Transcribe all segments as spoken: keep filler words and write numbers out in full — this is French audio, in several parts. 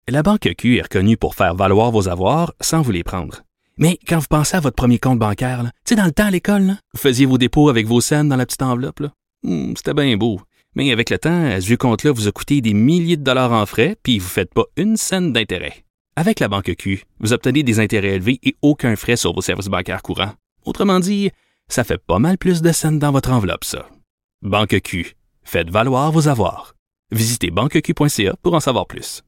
La Banque Q est reconnue pour faire valoir vos avoirs sans vous les prendre. Mais quand vous pensez à votre premier compte bancaire, tu sais, dans le temps à l'école, là, vous faisiez vos dépôts avec vos scènes dans la petite enveloppe. Là. Hum, c'était bien beau. Mais avec le temps, ce vieux compte-là vous a coûté des milliers de dollars en frais, puis vous ne faites pas une scène d'intérêt. Avec la Banque Q, vous obtenez des intérêts élevés et aucun frais sur vos services bancaires courants. Autrement dit, ça fait pas mal plus de scènes dans votre enveloppe, ça. Banque Q. Faites valoir vos avoirs. Visitez banque q point c a pour en savoir plus.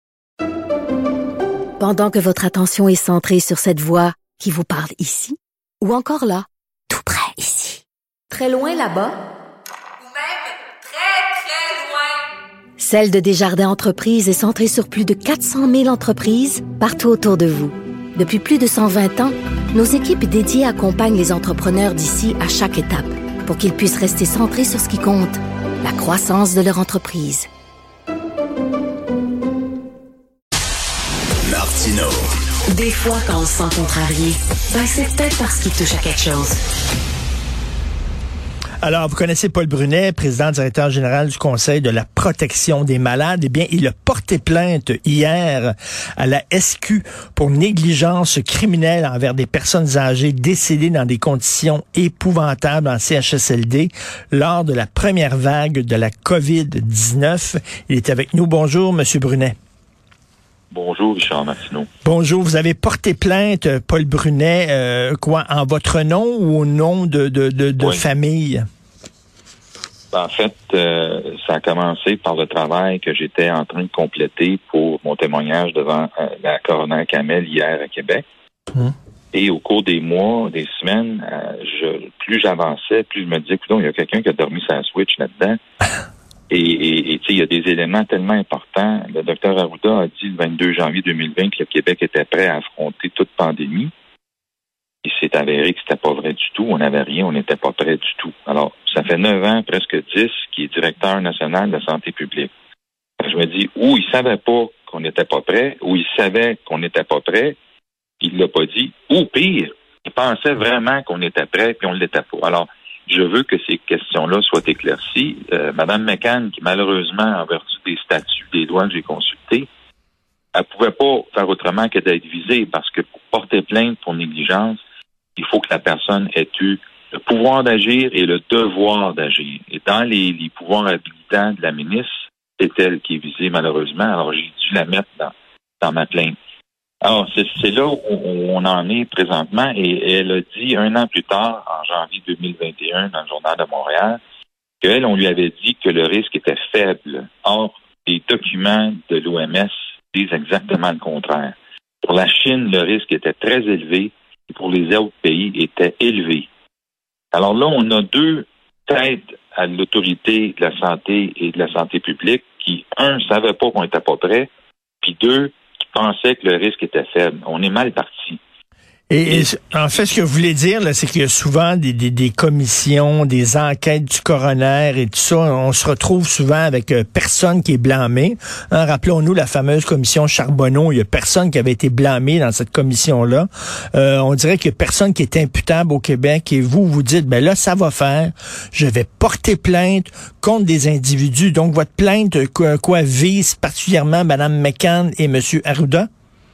Pendant que votre attention est centrée sur cette voix qui vous parle ici, ou encore là, tout près ici, très loin là-bas, ou même très, très loin, Celle de Desjardins Entreprises est centrée sur plus de quatre cent mille entreprises partout autour de vous. Depuis plus de cent vingt ans, nos équipes dédiées accompagnent les entrepreneurs d'ici à chaque étape pour qu'ils puissent rester centrés sur ce qui compte, la croissance de leur entreprise. Martino. Des fois, quand on se sent contrarié, ben c'est peut-être parce qu'il touche à quelque chose. Alors, vous connaissez Paul Brunet, président directeur général du Conseil de la protection des malades. Eh bien, il a porté plainte hier à la S Q pour négligence criminelle envers des personnes âgées décédées dans des conditions épouvantables en C H S L D lors de la première vague de la covid dix-neuf. Il est avec nous. Bonjour, Monsieur Brunet. Bonjour, Richard Martineau. Bonjour, vous avez porté plainte, Paul Brunet, euh, quoi, en votre nom ou au nom de, de, de, de oui. famille? En fait, euh, ça a commencé par le travail que j'étais en train de compléter pour mon témoignage devant euh, la coroner Kamel hier à Québec. Hum. Et au cours des mois, des semaines, euh, je, plus j'avançais, plus je me disais, écoute, il y a quelqu'un qui a dormi sa switch là-dedans. Et, et, et tu sais, il y a des éléments tellement importants. Le docteur Arruda a dit le vingt-deux janvier deux mille vingt que le Québec était prêt à affronter toute pandémie. Il s'est avéré que c'était pas vrai du tout. On n'avait rien, on n'était pas prêt du tout. Alors, ça fait neuf ans, presque dix, qu'il est directeur national de la santé publique. Je me dis, ou il savait pas qu'on n'était pas prêt, ou il savait qu'on n'était pas prêt, il l'a pas dit, ou pire, il pensait vraiment qu'on était prêt, puis on ne l'était pas. Alors, je veux que ces questions-là soient éclaircies. Euh, Madame McCann, qui malheureusement, en vertu des statuts, des lois que j'ai consultées, elle pouvait pas faire autrement que d'être visée, parce que pour porter plainte pour négligence, il faut que la personne ait eu le pouvoir d'agir et le devoir d'agir. Et dans les, les pouvoirs habilitants de la ministre, c'est elle qui est visée malheureusement. Alors, j'ai dû la mettre dans, dans ma plainte. Alors, c'est, c'est là où on en est présentement. Et elle a dit un an plus tard, en janvier deux mille vingt et un, dans le Journal de Montréal, qu'elle, on lui avait dit que le risque était faible. Or, les documents de l'O M S disent exactement le contraire. Pour la Chine, le risque était très élevé. Et pour les autres pays, était élevé. Alors là, on a deux têtes à l'autorité de la santé et de la santé publique qui, un, ne savaient pas qu'on n'était pas prêt, puis deux, qui pensaient que le risque était faible. On est mal parti. Et, et en fait, ce que vous voulez dire, là, c'est qu'il y a souvent des, des, des commissions, des enquêtes du coroner et tout ça. On se retrouve souvent avec euh, personne qui est blâmé. Hein, rappelons-nous la fameuse commission Charbonneau. Il y a personne qui avait été blâmé dans cette commission-là. Euh, on dirait qu'il y a personne qui est imputable au Québec. Et vous, vous dites, ben là, ça va faire. Je vais porter plainte contre des individus. Donc, votre plainte, quoi, quoi vise particulièrement Mme McCann et M. Arruda?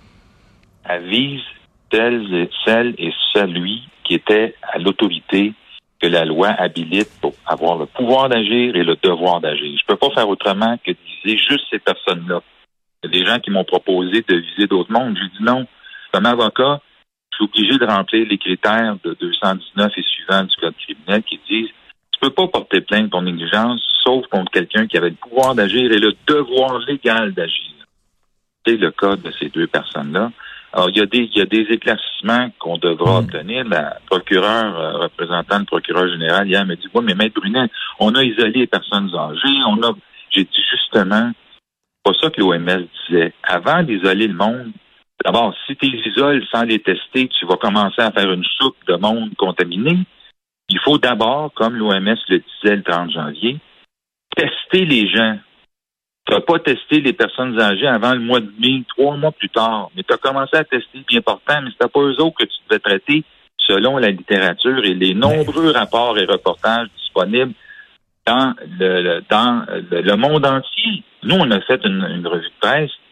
Elle vise Celle, celle et celui qui était à l'autorité que la loi habilite pour avoir le pouvoir d'agir et le devoir d'agir. Je peux pas faire autrement que de viser juste ces personnes-là. Il y a des gens qui m'ont proposé de viser d'autres mondes. J'ai dit non. Comme avocat, je suis obligé de remplir les critères de deux cent dix-neuf et suivants du Code criminel qui disent tu peux pas porter plainte pour négligence sauf contre quelqu'un qui avait le pouvoir d'agir et le devoir légal d'agir. C'est le cas de ces deux personnes-là. Alors, il y a des, il y a des éclaircissements qu'on devra mmh. obtenir. La procureure, euh, représentant le procureur général, hier, m'a dit, ouais, mais Maître Brunet, on a isolé les personnes âgées, on a, j'ai dit justement, c'est pas ça que l'O M S disait. Avant d'isoler le monde, d'abord, si tu les isoles sans les tester, tu vas commencer à faire une soupe de monde contaminé. Il faut d'abord, comme l'O M S le disait le trente janvier, tester les gens. Tu n'as pas testé les personnes âgées avant le mois de mai, trois mois plus tard. Mais tu as commencé à tester bien portant, mais c'était pas eux autres que tu devais traiter selon la littérature et les nombreux rapports et reportages disponibles dans le, le dans le, le monde entier. Nous, on a fait une, une revue de presse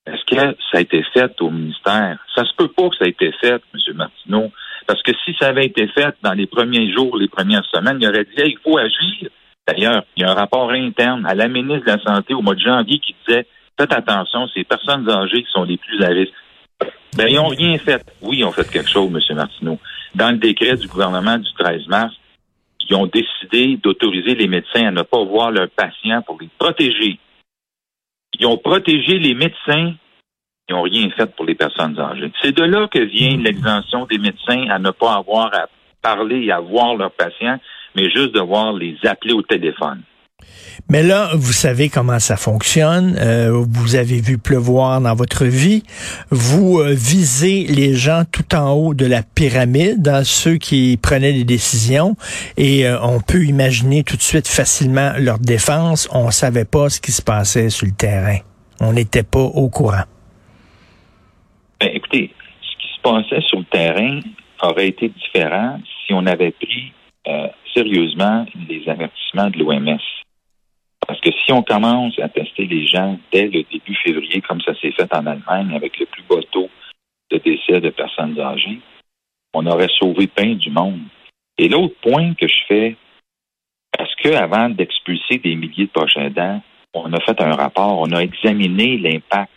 Est-ce que ça a été fait au ministère? Ça se peut pas que ça ait été fait, M. Martineau, parce que si ça avait été fait dans les premiers jours, les premières semaines, il aurait dit hey, il faut agir. D'ailleurs, il y a un rapport interne à la ministre de la Santé au mois de janvier qui disait faites attention, c'est les personnes âgées qui sont les plus à risque. Ben, ils n'ont rien fait. Oui, ils ont fait quelque chose, M. Martineau. Dans le décret du gouvernement du treize mars, ils ont décidé d'autoriser les médecins à ne pas voir leurs patients pour les protéger. Ils ont protégé les médecins, ils n'ont rien fait pour les personnes âgées. C'est de là que vient l'exemption des médecins à ne pas avoir à parler et à voir leurs patients, mais juste devoir les appeler au téléphone. Mais là, vous savez comment ça fonctionne. Euh, vous avez vu pleuvoir dans votre vie. Vous euh, visez les gens tout en haut de la pyramide, hein, ceux qui prenaient les décisions, et euh, on peut imaginer tout de suite facilement leur défense. On savait pas ce qui se passait sur le terrain. On n'était pas au courant. Ben, écoutez, ce qui se passait sur le terrain aurait été différent si on avait pris euh, sérieusement les avertissements de l'O M S. Parce que si on commence à tester les gens dès le début février, comme ça s'est fait en Allemagne, avec le plus bas taux de décès de personnes âgées, on aurait sauvé plein du monde. Et l'autre point que je fais, est-ce qu'avant d'expulser des milliers de proches aidants, on a fait un rapport, on a examiné l'impact?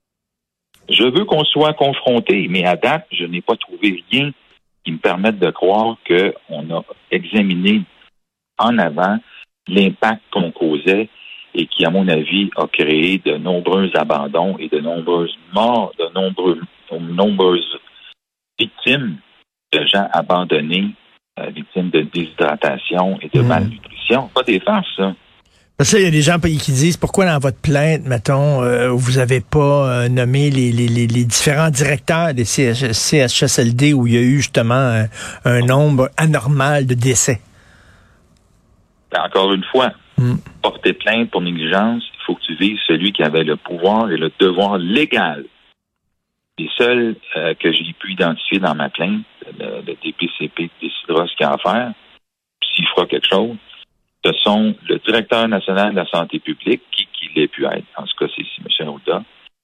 Je veux qu'on soit confronté, mais à date, je n'ai pas trouvé rien qui me permette de croire qu'on a examiné en avant l'impact qu'on causait et qui, à mon avis, a créé de nombreux abandons et de nombreuses morts, de nombreux, de nombreuses victimes de gens abandonnés, euh, victimes de déshydratation et de mmh. malnutrition. Pas des farces, ça. Parce que là, il y a des gens qui disent pourquoi dans votre plainte, mettons, euh, vous avez pas euh, nommé les, les, les, les différents directeurs des C H S L D où il y a eu justement un, un nombre anormal de décès. Encore une fois, mm. porter plainte pour négligence, il faut que tu vises celui qui avait le pouvoir et le devoir légal. Les seuls euh, que j'ai pu identifier dans ma plainte, le, le D P C P décidera ce qu'il a à faire, s'il fera quelque chose, ce sont le directeur national de la santé publique, qui, qui l'ait pu être, en ce cas c'est ici, M. Arruda,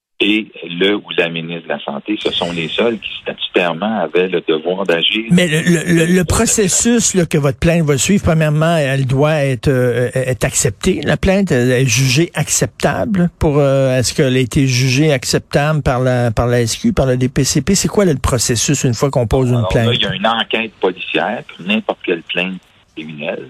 et le ou la ministre de la Santé, ce sont les seuls qui statutairement avaient le devoir d'agir. Mais le, le, le processus là, que votre plainte va suivre, premièrement, elle doit être, euh, être acceptée. La plainte elle est jugée acceptable. Pour euh, est-ce qu'elle a été jugée acceptable par la par la S Q, par le D P C P? C'est quoi là, le processus une fois qu'on pose Alors, une plainte? Là, il y a une enquête policière, comme n'importe quelle plainte criminelle.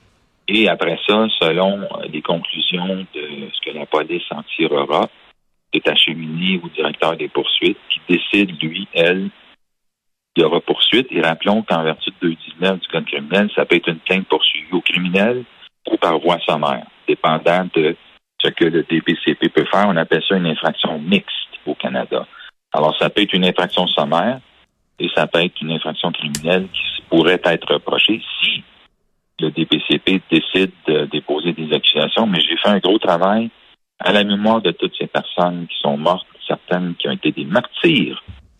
Et après ça, selon les conclusions de ce que la police en tirera, c'est acheminé au directeur des poursuites qui décide, lui, elle, il y aura poursuite. Et rappelons qu'en vertu de deux cent dix-neuf du Code criminel, ça peut être une plainte poursuivie au criminel ou par voie sommaire, dépendant de ce que le D P C P peut faire. On appelle ça une infraction mixte au Canada. Alors, ça peut être une infraction sommaire et ça peut être une infraction criminelle qui pourrait être reprochée si le D P C P décide de déposer des accusations. Mais j'ai fait un gros travail à la mémoire de toutes ces personnes qui sont mortes, certaines qui ont été des martyrs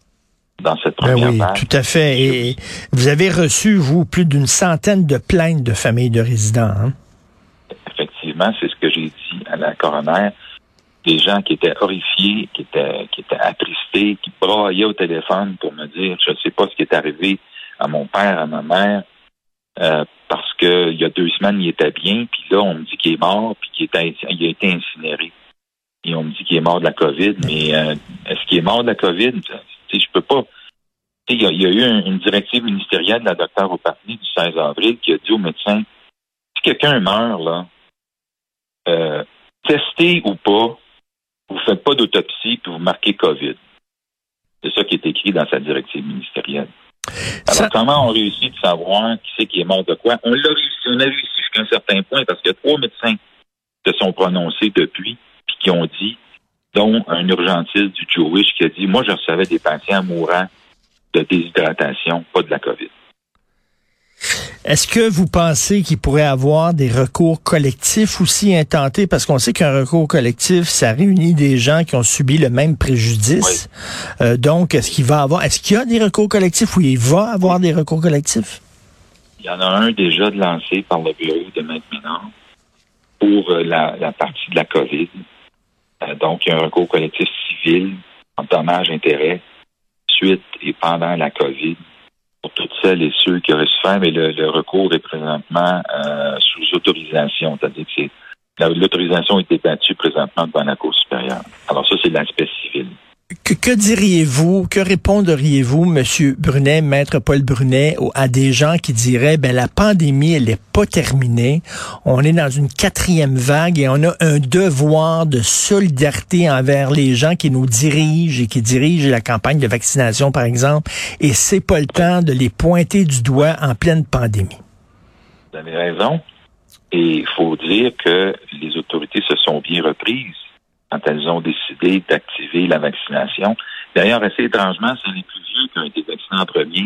dans cette première ben oui, vague. Tout à fait. Et vous avez reçu, vous, plus d'une centaine de plaintes de familles de résidents. Hein? Effectivement, c'est ce que j'ai dit à la coroner. Des gens qui étaient horrifiés, qui étaient, qui étaient attristés, qui braillaient au téléphone pour me dire « je ne sais pas ce qui est arrivé à mon père, à ma mère euh, ». Parce que il y a deux semaines, il était bien, puis là, on me dit qu'il est mort, puis qu'il était, il a été incinéré. Et on me dit qu'il est mort de la COVID, mais euh, est-ce qu'il est mort de la COVID? Tu sais, je peux pas. Tu sais, il y, a, il y a eu un, une directive ministérielle de la docteure O'Partney du seize avril qui a dit aux médecins, si quelqu'un meurt, là, euh, testé ou pas, vous faites pas d'autopsie, puis vous marquez COVID. C'est ça qui est écrit dans sa directive ministérielle. Alors, ça... comment on réussit de savoir qui c'est qui est mort de quoi? On l'a réussi, on a réussi jusqu'à un certain point parce qu'il y a trois médecins qui se sont prononcés depuis puis qui ont dit, dont un urgentiste du Jewish qui a dit, moi, je recevais des patients mourant de déshydratation, pas de la COVID. Est-ce que vous pensez qu'il pourrait y avoir des recours collectifs aussi intentés? Parce qu'on sait qu'un recours collectif, ça réunit des gens qui ont subi le même préjudice. Oui. Euh, donc, est-ce qu'il va avoir, est-ce qu'il y a des recours collectifs ou il va avoir des recours collectifs? Il y en a un déjà de lancé par le bureau de Maître Ménard pour euh, la, la partie de la COVID. Euh, donc, il y a un recours collectif civil en dommages-intérêts suite et pendant la COVID pour toutes celles et ceux qui auraient souffert, mais le, le recours est présentement euh, sous autorisation, c'est-à-dire que c'est la, l'autorisation est débattue présentement devant la Cour supérieure. Alors ça, c'est l'aspect civil. Que, que diriez-vous, que répondriez-vous, Monsieur Brunet, Maître Paul Brunet, à des gens qui diraient, ben la pandémie, elle n'est pas terminée, on est dans une quatrième vague et on a un devoir de solidarité envers les gens qui nous dirigent et qui dirigent la campagne de vaccination, par exemple, et c'est pas le temps de les pointer du doigt en pleine pandémie. Vous avez raison. Et il faut dire que les autorités se sont bien reprises quand elles ont décidé d'activer la vaccination. D'ailleurs, assez étrangement, c'est les plus vieux qui ont été vaccinés en premier.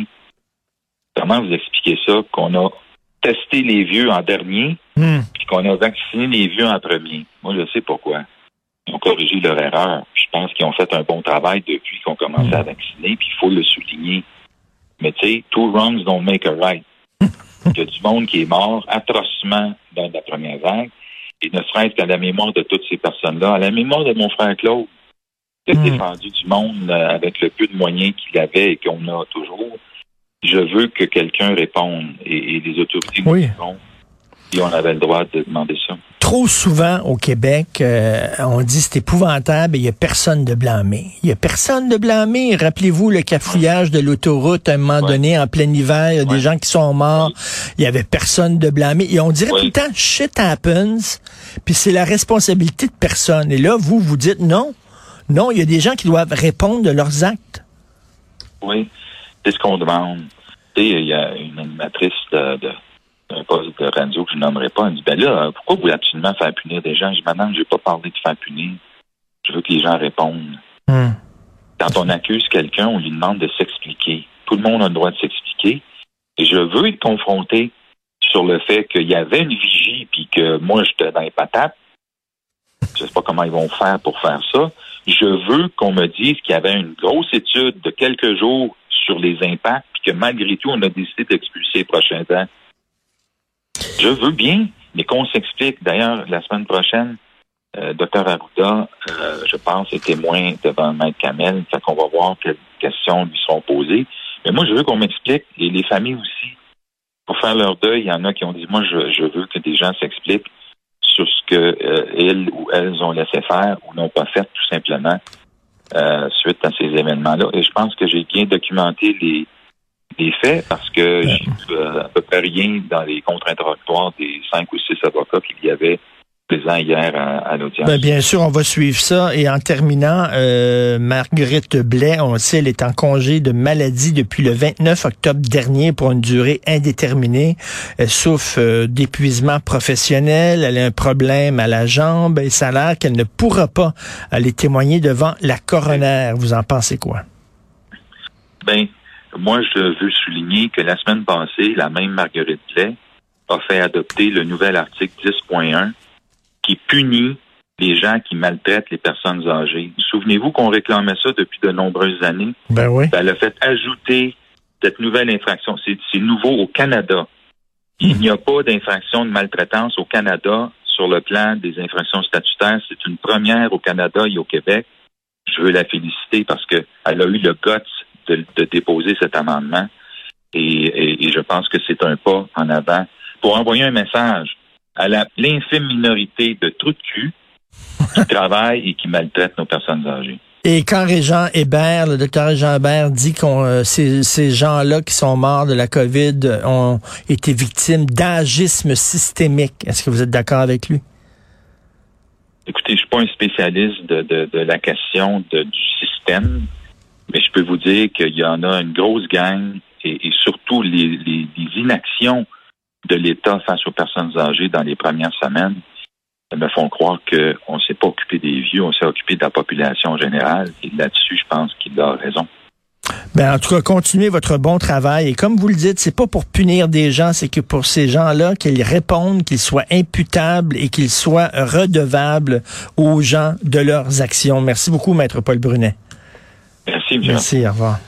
Comment vous expliquez ça? Qu'on a testé les vieux en dernier, mm. puis qu'on a vacciné les vieux en premier. Moi, je sais pourquoi. Ils ont corrigé leur erreur. Je pense qu'ils ont fait un bon travail depuis qu'on commençait mm. à vacciner, puis il faut le souligner. Mais tu sais, two wrongs don't make a right. Il y a du monde qui est mort atrocement dans la première vague. Et ne serait-ce qu'à la mémoire de toutes ces personnes-là, à la mémoire de mon frère Claude, qui a mmh. défendu du monde euh, avec le peu de moyens qu'il avait et qu'on a toujours, je veux que quelqu'un réponde. Et, et les autorités nous oui. répondent. Et on avait le droit de demander ça. Trop souvent au Québec, euh, on dit c'est épouvantable et il n'y a personne de blâmé. Il n'y a personne de blâmé. Rappelez-vous le cafouillage de l'autoroute à un moment ouais. donné, en plein hiver, il y a ouais. des gens qui sont morts. Ouais. Il n'y avait personne de blâmé. Et on dirait ouais. tout le temps, shit happens, puis c'est la responsabilité de personne. Et là, vous, vous dites non. Non, il y a des gens qui doivent répondre de leurs actes. Oui, c'est ce qu'on demande. Tu sais, il y a une animatrice de... de... un poste de radio que je nommerai pas, elle me dit, ben là, pourquoi vous voulez absolument faire punir des gens? Je dis, madame, je n'ai pas parlé de faire punir. Je veux que les gens répondent. Mm. Quand on accuse quelqu'un, on lui demande de s'expliquer. Tout le monde a le droit de s'expliquer. Et je veux être confronté sur le fait qu'il y avait une vigie puis que moi, j'étais dans les patates. Je ne sais pas comment ils vont faire pour faire ça. Je veux qu'on me dise qu'il y avait une grosse étude de quelques jours sur les impacts puis que malgré tout, on a décidé d'expulser les prochains temps. Je veux bien, mais qu'on s'explique. D'ailleurs, la semaine prochaine, euh, Dr Arruda, euh, je pense, est témoin devant Maître Kamel. Fait qu'on va voir quelles questions lui seront posées. Mais moi, je veux qu'on m'explique, et les familles aussi. Pour faire leur deuil, il y en a qui ont dit, moi, je, je veux que des gens s'expliquent sur ce que euh, ils ou elles ont laissé faire ou n'ont pas fait, tout simplement, euh, suite à ces événements-là. Et je pense que j'ai bien documenté les des faits, parce que j'ai vu euh, à peu près rien dans les contre-interrogatoires des cinq ou six avocats qu'il y avait présents hier à, à l'audience. Ben, bien sûr, on va suivre ça. Et en terminant, euh, Marguerite Blais, on sait, elle est en congé de maladie depuis le vingt-neuf octobre dernier pour une durée indéterminée. Elle souffre euh, d'épuisement professionnel, elle a un problème à la jambe et ça a l'air qu'elle ne pourra pas aller témoigner devant la coroner. Vous en pensez quoi? Ben, moi, je veux souligner que la semaine passée, la même Marguerite Blais a fait adopter le nouvel article dix point un qui punit les gens qui maltraitent les personnes âgées. Souvenez-vous qu'on réclamait ça depuis de nombreuses années. Ben oui. Elle a fait ajouter cette nouvelle infraction. C'est, c'est nouveau au Canada. Il mmh. n'y a pas d'infraction de maltraitance au Canada sur le plan des infractions statutaires. C'est une première au Canada et au Québec. Je veux la féliciter parce que elle a eu le guts De, de déposer cet amendement et, et, et je pense que c'est un pas en avant pour envoyer un message à la, l'infime minorité de trous de cul qui travaillent et qui maltraitent nos personnes âgées. Et quand Régent Hébert, le docteur Régent Hébert dit que euh, ces, ces gens-là qui sont morts de la COVID ont été victimes d'agisme systémique, est-ce que vous êtes d'accord avec lui? Écoutez, je suis pas un spécialiste de, de, de la question de, du système. Mais je peux vous dire qu'il y en a une grosse gang et, et surtout les, les, les inactions de l'État face aux personnes âgées dans les premières semaines me font croire qu'on ne s'est pas occupé des vieux, on s'est occupé de la population générale. Et là-dessus, je pense qu'il a raison. Ben, en tout cas, continuez votre bon travail. Et comme vous le dites, c'est pas pour punir des gens, c'est que pour ces gens-là, qu'ils répondent, qu'ils soient imputables et qu'ils soient redevables aux gens de leurs actions. Merci beaucoup, Maître Paul Brunet. Merci, monsieur. Merci, au revoir.